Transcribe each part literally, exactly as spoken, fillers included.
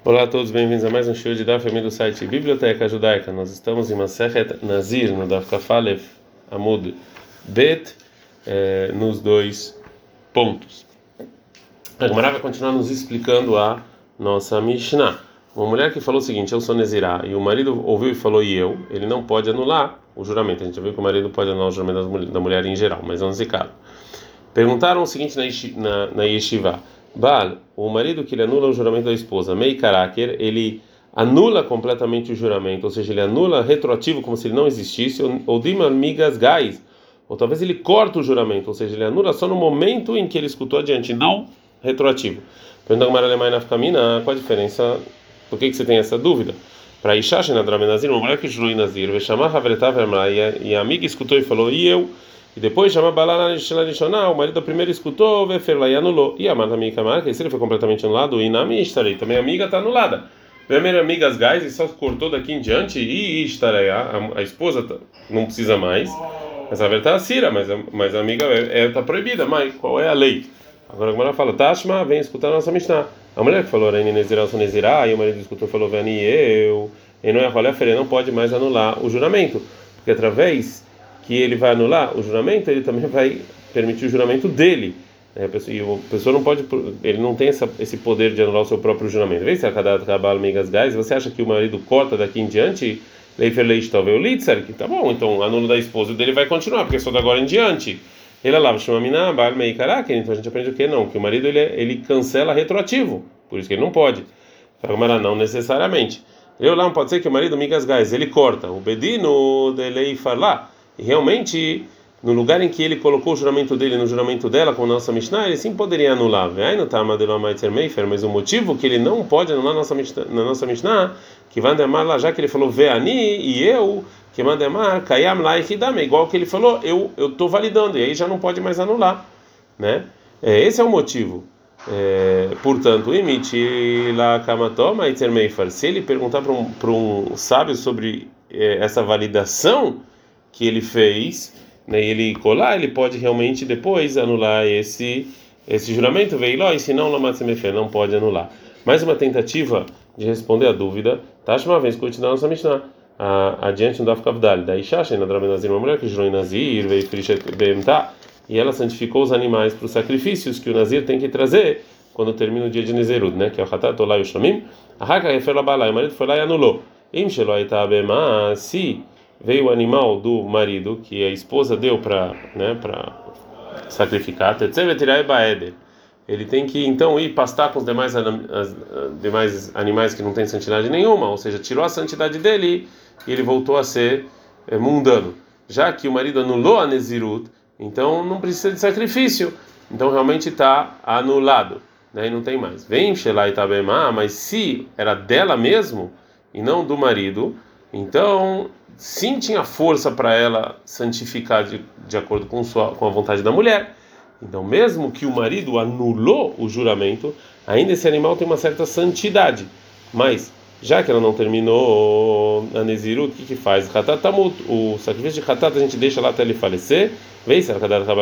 Olá a todos, bem-vindos a mais um show de Daf Yomi do site Biblioteca Judaica. Nós estamos em Masechet Nazir, no Daf Kaf Alef Amud Bet, eh, nos dois pontos. A Gemara vai continuar nos explicando a nossa Mishnah. Uma mulher que falou o seguinte: eu sou Nezirá, e o marido ouviu e falou, e eu, ele não pode anular o juramento. A gente já viu que o marido pode anular o juramento da mulher em geral, mas não nesse caso. Perguntaram o seguinte na, na, na Yeshiva: Baal, o marido que ele anula o juramento da esposa, Mei Karaker, ele anula completamente o juramento, ou seja, ele anula retroativo como se ele não existisse, ou Dima Migas Gais, ou talvez ele corta o juramento, ou seja, ele anula só no momento em que ele escutou adiante, não retroativo. Pergunta Gamara Alemã na Ficamina, qual a diferença? Por que que você tem essa dúvida? Para Ishash na Dramenazir, uma mulher que jurou em Nazir, vai chamar Havretav e a amiga escutou e falou, e eu? E depois chama Balá o marido da primeira escutou, Veferla e anulou. E a Marta Amiga marca, e se ele foi completamente anulado, e na minha estarei, também a amiga está anulada. Vem a minha amiga as gás e só cortou daqui em diante, e estarei, a, a esposa tá, não precisa mais. Mas a verdade é a Cira, mas a, mas a amiga está é, é, proibida, mas qual é a lei? Agora a mulher fala, Tashma, vem escutar a nossa Mishnah. A mulher que falou, Reine Nezirá, eu sou Nezirá, e o marido escutou e falou, Vani, eu, e não é rolê, ele não pode mais anular o juramento, porque através que ele vai anular o juramento, ele também vai permitir o juramento dele. Né? A pessoa, e a pessoa não pode, ele não tem essa, esse poder de anular o seu próprio juramento. Vê se a cada trabalho megas gás, você acha que o marido corta daqui em diante, leifer leistov o litzer, que tá bom, então anula da esposa dele vai continuar, porque é só da agora em diante. Ele lava chama mina bal mei caraca, então a gente aprende o que não, que o marido ele ele cancela retroativo, por isso que ele não pode. Fala, não necessariamente. Eu lá pode ser que o marido migas gás, ele corta o bedino dele falar. E realmente, no lugar em que ele colocou o juramento dele no juramento dela, com a nossa Mishnah, ele sim poderia anular. Mas o motivo que ele não pode anular na nossa Mishnah, na nossa Mishnah, que vai andar lá, já que ele falou Veani e eu, que vai andar Kayam Laihidame, igual que ele falou, eu eu estou validando, e aí já não pode mais anular. Né? É, esse é o motivo. É, portanto, imite la kamatoma meifar. Se ele perguntar para um, para um sábio sobre é, essa validação que ele fez, né, ele colar, ele pode realmente depois anular esse esse juramento, veio lá, e se não, não pode anular. Mais uma tentativa de responder a dúvida. Tashma, vem escute na nossa Mishnah. Adiante no Daf Kavdal, da Ishash, na Dramenazir, uma mulher que jurou em Nazir, veio Frishet Bemta, e ela santificou os animais para os sacrifícios que o Nazir tem que trazer quando termina o dia de Nezerud, né, que é o Hatat Olá e o Shlamim. A Haka refer Balá, o marido foi lá e anulou. Im Shelo Itabema, se veio o animal do marido que a esposa deu para, né, para sacrificar, ele tem que então ir pastar com os demais, as, demais animais que não têm santidade nenhuma, ou seja, tirou a santidade dele e ele voltou a ser é, mundano. Já que o marido anulou a Nezirut, então não precisa de sacrifício, então realmente está anulado, né, e não tem mais. Vem Shelai Tabema, mas se era dela mesmo e não do marido, então sim tinha força para ela santificar de, de acordo com, sua, com a vontade da mulher. Então, mesmo que o marido anulou o juramento, ainda esse animal tem uma certa santidade. Mas, já que ela não terminou a Nezirut, o que que faz? O sacrifício de Hatat a gente deixa lá até ele falecer. Vê se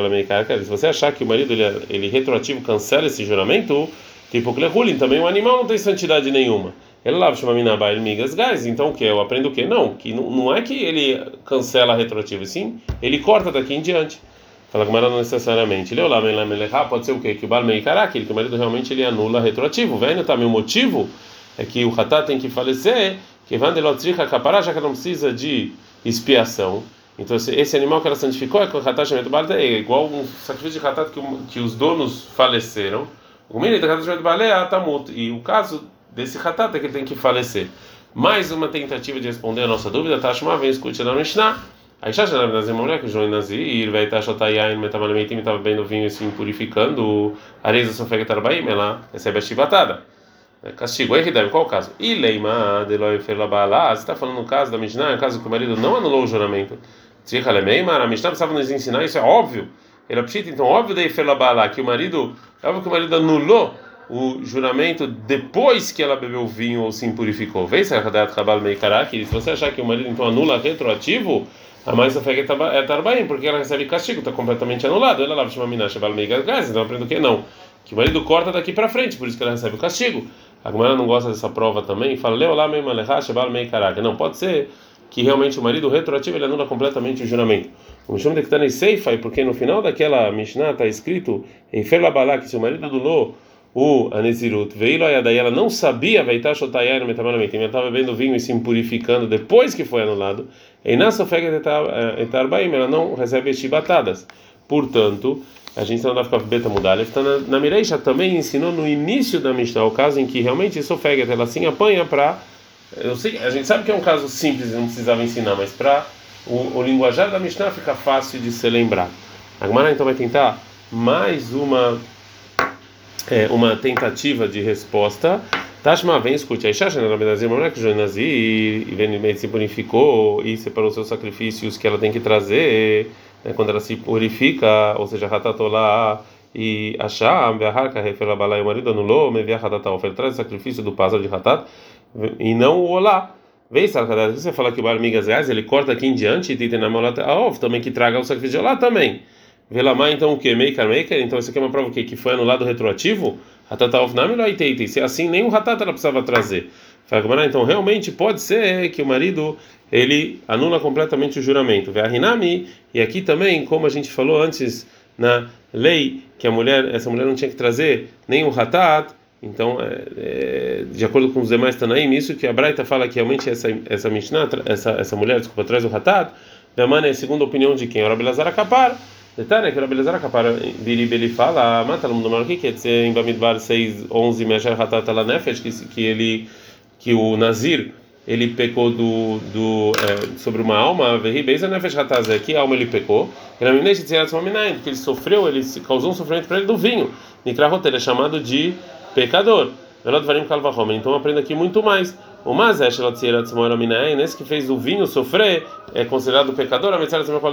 se você achar que o marido ele, ele retroativo cancela esse juramento, tipo Klehulin, também o animal não tem santidade nenhuma. Ele lava chama minabá ele migas gás, então o que? Eu aprendo o que? Não, que não, não é que ele cancela a retroativa, sim, ele corta daqui em diante. Fala que não necessariamente. Ele lá pode ser o quê? Que o bar meio caraca, que o marido realmente ele anula retroativo. Vendo também o motivo é que o Hatat tem que falecer, que van de lotricha capará, já que ela não precisa de expiação. Então esse animal que ela santificou é que o Hatat chama do é igual um sacrifício de Hatat que, que os donos faleceram. O menino do Hatat chama do é atamut, e o caso desse Hatat é que ele tem que falecer. Mais uma tentativa de responder a nossa dúvida. Tashma, vem escute na Mishnah. Aí já já na mulher que joga em Nazir, vai estar shotayain metamalamentim, estava bebendo vinho e se impurificando, a reza sofrega tarbaim, ela recebe a chivatada. Castigo. Aí qual o caso? E leima de loi ferlabala, você está falando no caso da Mishnah, no caso que o marido não anulou o juramento. Tzricha lemeima, a Mishnah precisava nos ensinar, isso é óbvio. Ele apetita, então óbvio de ferlabala que o marido, é óbvio que o marido anulou o juramento depois que ela bebeu vinho ou se impurificou. Vê se a Hadat Kabal Meikaraki, se você achar que o marido então anula retroativo, a mãe sofrega é tarbaim, porque ela recebe castigo, está completamente anulado. Ela lava chama mina cheval meigas gás, então aprende o que não, que o marido corta daqui para frente, por isso que ela recebe o castigo. A Gemara não gosta dessa prova também, fala, Leolá mei malechá shebal mei karaka. Não, pode ser que realmente o marido retroativo ele anula completamente o juramento. O Mishum de Ketane Seifai, porque no final daquela Mishnah está escrito em Ferlabalá que se o marido anulou o Anezirut, veio e daí ela não sabia, vai estar shotayai no metamanamente, ela estava bebendo vinho e se impurificando depois que foi anulado, e na sofega etarbaim, ela não recebe chibatadas. Portanto, a gente não dá ficar beta mudar. Está na, na Mireisha também ensinou no início da Mishnah o caso em que realmente sofega ela assim apanha para, eu sei, a gente sabe que é um caso simples e não precisava ensinar, mas para o, o linguajar da Mishnah fica fácil de se lembrar. A Gemara então vai tentar mais uma É, uma tentativa de resposta. Tashma, vem, escute. Aí Shasha, na Rabinazir, uma mulher que Jonazi e se purificou e separou seus sacrifícios que ela tem que trazer, né, quando ela se purifica, ou seja, Hatatolá e Asham, Veharka, Refelabala, e o marido anulou, Mevia Hatatá, ele traz o sacrifício do pássaro de Hatat e não o Olá. Vem, Sarkadá, você fala que o Barmigas Gás ele corta aqui em diante e tem na Molata Aov também que traga o sacrifício de Olá também. Velamar, então o que? Maker, maker? Então isso aqui é uma prova o quê? Que foi anulado retroativo? Hatata of Nami Loiteite. Se assim, nem o Hatata ela precisava trazer. Então realmente pode ser que o marido ele anula completamente o juramento. Veahinami, e aqui também, como a gente falou antes na lei, que a mulher, essa mulher não tinha que trazer nem o Hatat. Então, é, é, de acordo com os demais Tanaim, isso que a Braita fala que realmente essa essa Mishnah, essa essa mulher, desculpa, traz o Hatat. Veamane é segundo a opinião de quem? Ora Belazar Akapar. Detalhe que a Belezara Kapara Birib ele fala, mata no número aqui, que é em Bamidbar seis, onze, Mesher Hatat ala Nefesh, que ele, que o Nazir, ele pecou do, do, é, sobre uma alma, Veribeza Nefesh Hatazé, que alma ele pecou? Porque ele sofreu, ele causou um sofrimento para ele do vinho. Nikrahot, ele é chamado de pecador. Então aprenda aqui muito mais. O Mazesh nesse que fez o vinho sofrer é considerado pecador. A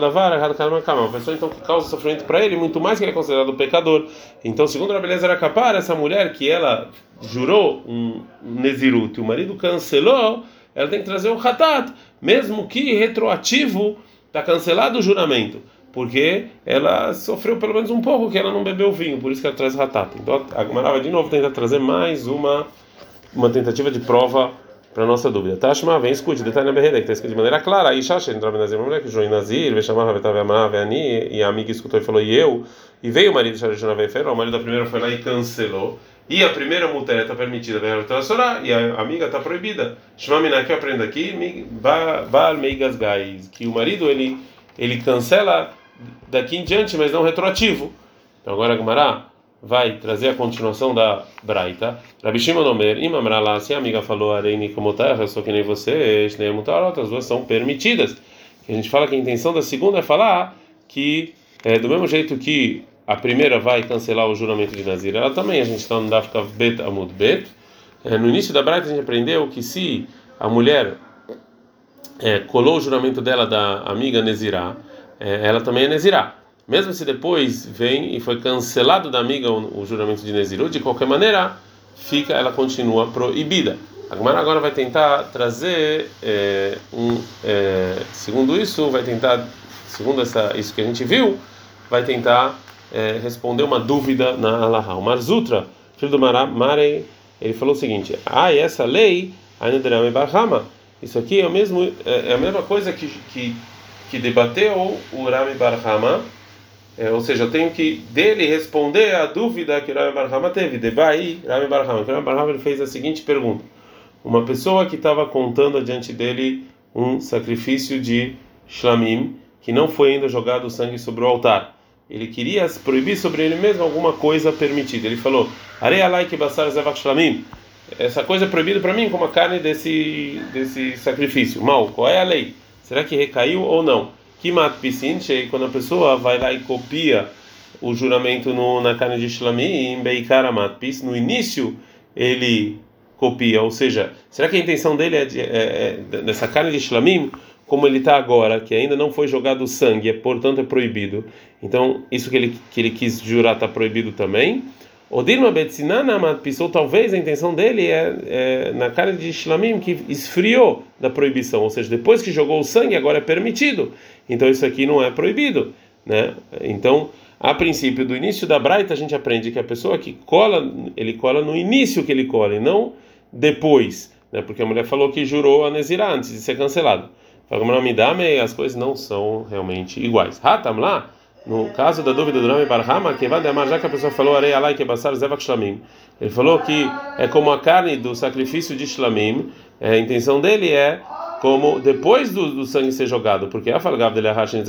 uma pessoa então que causa sofrimento para ele muito mais que ele é considerado pecador. Então, segundo a beleza era capar, essa mulher que ela jurou um nezirut, o marido cancelou, ela tem que trazer o hatat, mesmo que retroativo, está cancelado o juramento, porque ela sofreu pelo menos um pouco que ela não bebeu vinho, por isso que ela traz hatat. Então, a Gemara vai de novo tentar trazer mais uma uma tentativa de prova para nossa dúvida. Tashma, vem, escute, detalhe na berreda, que está escrito de maneira clara. Aí Shasha entrava na Nazir, uma mulher que João Nazir, chamava Vetavamani, e a amiga escutou e falou, e eu, e veio o marido de Shasha Navefer, o marido da primeira foi lá e cancelou, e a primeira mulher está permitida, e a amiga está proibida. Shmamina, que eu aprendo aqui, Baal Meigas Gais, que o marido ele, ele cancela daqui em diante, mas não retroativo. Então agora Gumará vai trazer a continuação da Braita. Rabi Shimon Omer, Imamra lá, se a amiga falou, Areini como terra, eu sou que nem você, nem mutarot, as duas são permitidas. A gente fala que a intenção da segunda é falar que, é, do mesmo jeito que a primeira vai cancelar o juramento de Nazir, ela também, a gente está no Dafka Bet Amud Bet. É, no início da Braita a gente aprendeu que se a mulher é, colou o juramento dela da amiga Nezirá, é, ela também é Nezirá. Mesmo se depois vem e foi cancelado da amiga o, o juramento de Nezirut, de qualquer maneira, fica, ela continua proibida. A Gemara agora vai tentar trazer, é, um, é, segundo isso, vai tentar, segundo essa, isso que a gente viu, vai tentar é, responder uma dúvida na Alahá. O Marzutra, filho do Mare, ele falou o seguinte: ah, e essa lei, isso aqui é, o mesmo, é, é a mesma coisa que, que, que debateu o Rami Barhama. É, ou seja, eu tenho que dele responder a dúvida que o Rami Barhama teve. Debai, Rami Barhama. O Rami Barhama ele fez a seguinte pergunta: uma pessoa que estava contando adiante dele um sacrifício de shlamim, que não foi ainda jogado o sangue sobre o altar, ele queria proibir sobre ele mesmo alguma coisa permitida. Ele falou: Arei alai que basar zevach shlamim. Essa coisa é proibida para mim como a carne desse desse sacrifício. Mal, qual é a lei? Será que recaiu ou não? Kimat pisin, quando a pessoa vai lá e copia o juramento no, na carne de shlamim, beikara matpis, no início ele copia, ou seja, será que a intenção dele é, de, é, é dessa carne de shlamim, como ele está agora, que ainda não foi jogado sangue, é, portanto é proibido? Então isso que ele que ele quis jurar está proibido também. Odirma betzinana matpis, ou talvez a intenção dele é, é na carne de shlamim que esfriou da proibição, ou seja, depois que jogou o sangue agora é permitido. Então isso aqui não é proibido, né? Então A princípio, do início da Braita, a gente aprende que a pessoa que cola, ele cola no início que ele cola, e não depois, né? Porque a mulher falou que jurou a Nezirá antes de ser cancelado. As coisas não são realmente iguais. Hatam lá, no caso da dúvida do Rami Bar Hama, que vai demar, já que a pessoa falou arei alai que basar zevach shlamim, ele falou que é como a carne do sacrifício de shlamim. A intenção dele é como depois do, do sangue ser jogado, porque a falgav dele mesmo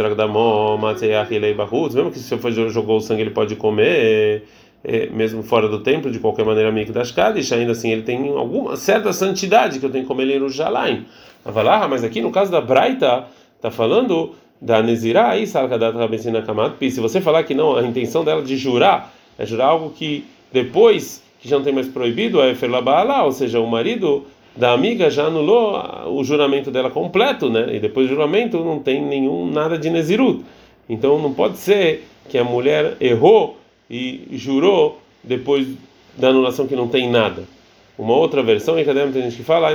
que se você jogou o sangue ele pode comer, é, mesmo fora do templo, de qualquer maneira mikdash kadish, ainda assim ele tem alguma certa santidade que eu tenho que comer ele em Yerushalayim. Mas aqui no caso da Braita está falando da Nezirá aí, se você falar que não, a intenção dela de jurar é jurar algo que depois que já não tem mais proibido, é ferlabala, ou seja, o marido da amiga já anulou o juramento dela completo, né? E depois do juramento não tem nenhum nada de Nezirut. Então não pode ser que a mulher errou e jurou depois da anulação que não tem nada. Uma outra versão, em Kadem tem gente que fala,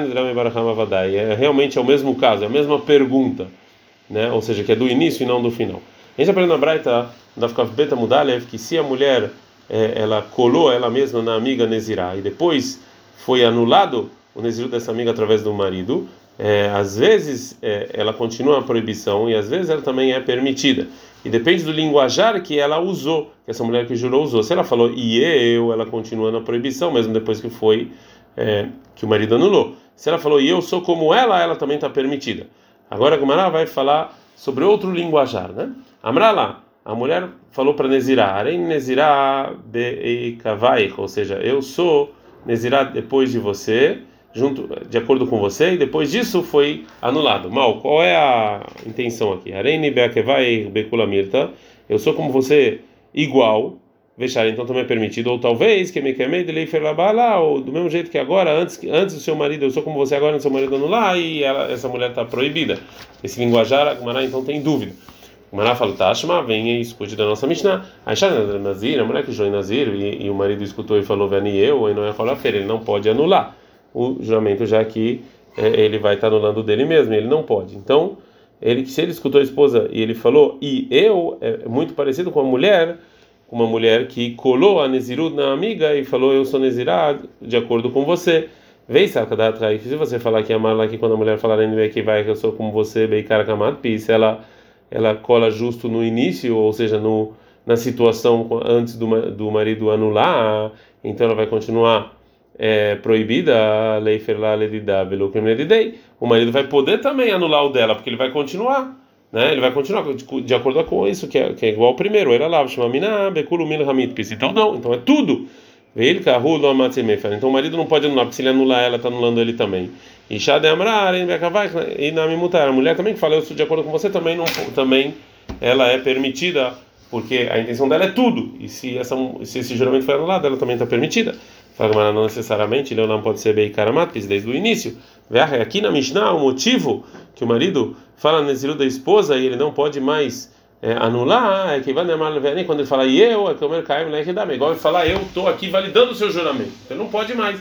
é realmente é o mesmo caso, é a mesma pergunta, né? Ou seja, que é do início e não do final. A gente aprende na Braita, na Fkaf Beta Mudalev, que se a mulher é, ela colou ela mesma na amiga Nezirá e depois foi anulado o Nezirut dessa amiga através do marido, é, às vezes é, ela continua a proibição e às vezes ela também é permitida. E depende do linguajar que ela usou, que essa mulher que jurou usou. Se ela falou e eu, ela continua na proibição, mesmo depois que foi é, que o marido anulou. Se ela falou e eu sou como ela, ela também está permitida. Agora a Gumara vai falar sobre outro linguajar, né? Amra lá, a mulher falou para Nezirá, Arei Nezirá be'ikavaich, ou seja, eu sou Nezirá depois de você, junto, de acordo com você, e depois disso foi anulado. Mal, qual é a intenção aqui? Areini be'akevai be'kulamirta, eu sou como você igual, vexar, então também é permitido, ou talvez que me queimei de lei ferlabala, ou do mesmo jeito que agora, antes, antes do seu marido, eu sou como você agora, antes do seu marido anular, e ela, essa mulher está proibida. Esse linguajar, a Gumara então tem dúvida. A Gumara fala, Tashma, vem e escute da nossa Mishnah. A Nazir, a mulher que jurou em Nazir, e, e o marido escutou e falou, veni eu, e não é falar feira, ele não pode anular o juramento, já que é, ele vai estar anulando dele mesmo, ele não pode. Então, ele, se ele escutou a esposa e ele falou, e eu, é muito parecido com a mulher, com uma mulher que colou a Nezirut na amiga e falou, eu sou Nezirá, de acordo com você. Vei, Sarkadatrai, se você falar que amar lá, que quando a mulher falar que vai, que eu sou como você, Beikara Kamat, se ela, ela cola justo no início, ou seja, no, na situação antes do, do marido anular, então ela vai continuar É, proibida, a lei ferla ledidá velo kremledidei, o marido vai poder também anular o dela, porque ele vai continuar, né? Ele vai continuar de, de acordo com isso, que é, que é igual ao primeiro, era lá, chama mina bekulu mil hamid pis. Então não, então é tudo. Ele carro do amatzemefer. Então o marido não pode anular, porque se ele anular ela, está anulando ele também. E shade amrar em bekavai e na mimutar. A mulher também que fala, eu sou de acordo com você, também não, também ela é permitida, porque a intenção dela é tudo. E se essa, se esse juramento foi anulado, ela também está permitida. Fala, não necessariamente, ele não pode ser beikaramatpis desde o início. Aqui na Mishnah, o motivo que o marido fala Nezirut da esposa e ele não pode mais é, anular é que vai quando ele fala e eu, é que o mercaim leque dá, igual ele fala eu estou aqui validando o seu juramento, então ele não pode mais.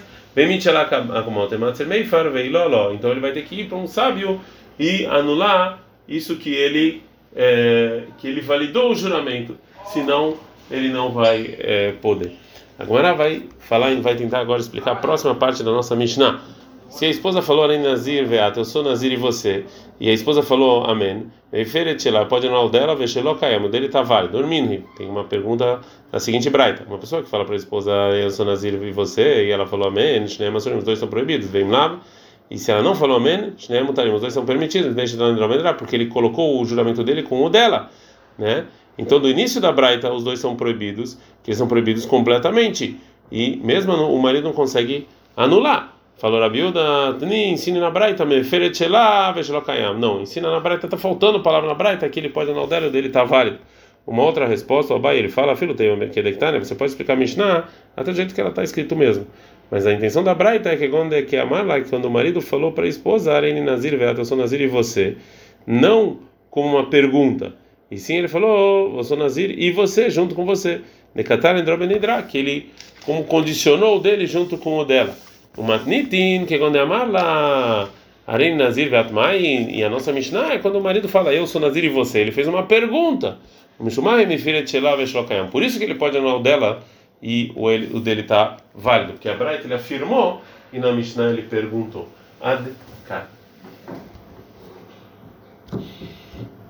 Então ele vai ter que ir para um sábio e anular isso que ele é, que ele validou o juramento, senão ele não vai é, poder. Agora vai falar, vai tentar agora explicar a próxima parte da nossa Mishnah. Se a esposa falou Arei Nazir veat, eu sou Nazir e você, e a esposa falou Amém, pode anular o dela, vexeló kayam, o dele está válido. Dormindo. Tem uma pergunta da seguinte braita: uma pessoa que fala para a esposa eu sou Nazir e você, e ela falou Amém, os dois estão proibidos, vem lá. E se ela não falou Amém, os dois são permitidos, deixa de andar, porque ele colocou o juramento dele com o dela, né? Então, do início da braita, os dois são proibidos, que eles são proibidos completamente. E mesmo o marido não consegue anular. Falou Rabiuda, ensina na braita, me feretchelá, vexelokayam. Não, ensina na braita, está faltando palavra na braita, que ele pode anular o dela, o dele está válido. Uma outra resposta, o Abai, ele fala, filho, tem uma que né? Você pode explicar Mishnah até do jeito que ela está escrito mesmo. Mas a intenção da braita é que quando é que amar lá, que quando o marido falou para a esposa, Areni Nazir, eu sou Nazir e você, não como uma pergunta. E sim, ele falou, eu sou Nazir e você, junto com você. Nekatar Endrobenidra, que ele como condicionou o dele junto com o dela. O Matnitin, que quando é amar lá, Arei Nazir Vatmai, e a nossa Mishnah é quando o marido fala, eu sou Nazir e você. Ele fez uma pergunta. Mishumai me filha de Shelah Veshlokayam. Por isso que ele pode anular o dela e o, ele, o dele está válido. Porque a Braita ele afirmou e na Mishnah ele perguntou. Ad Ka.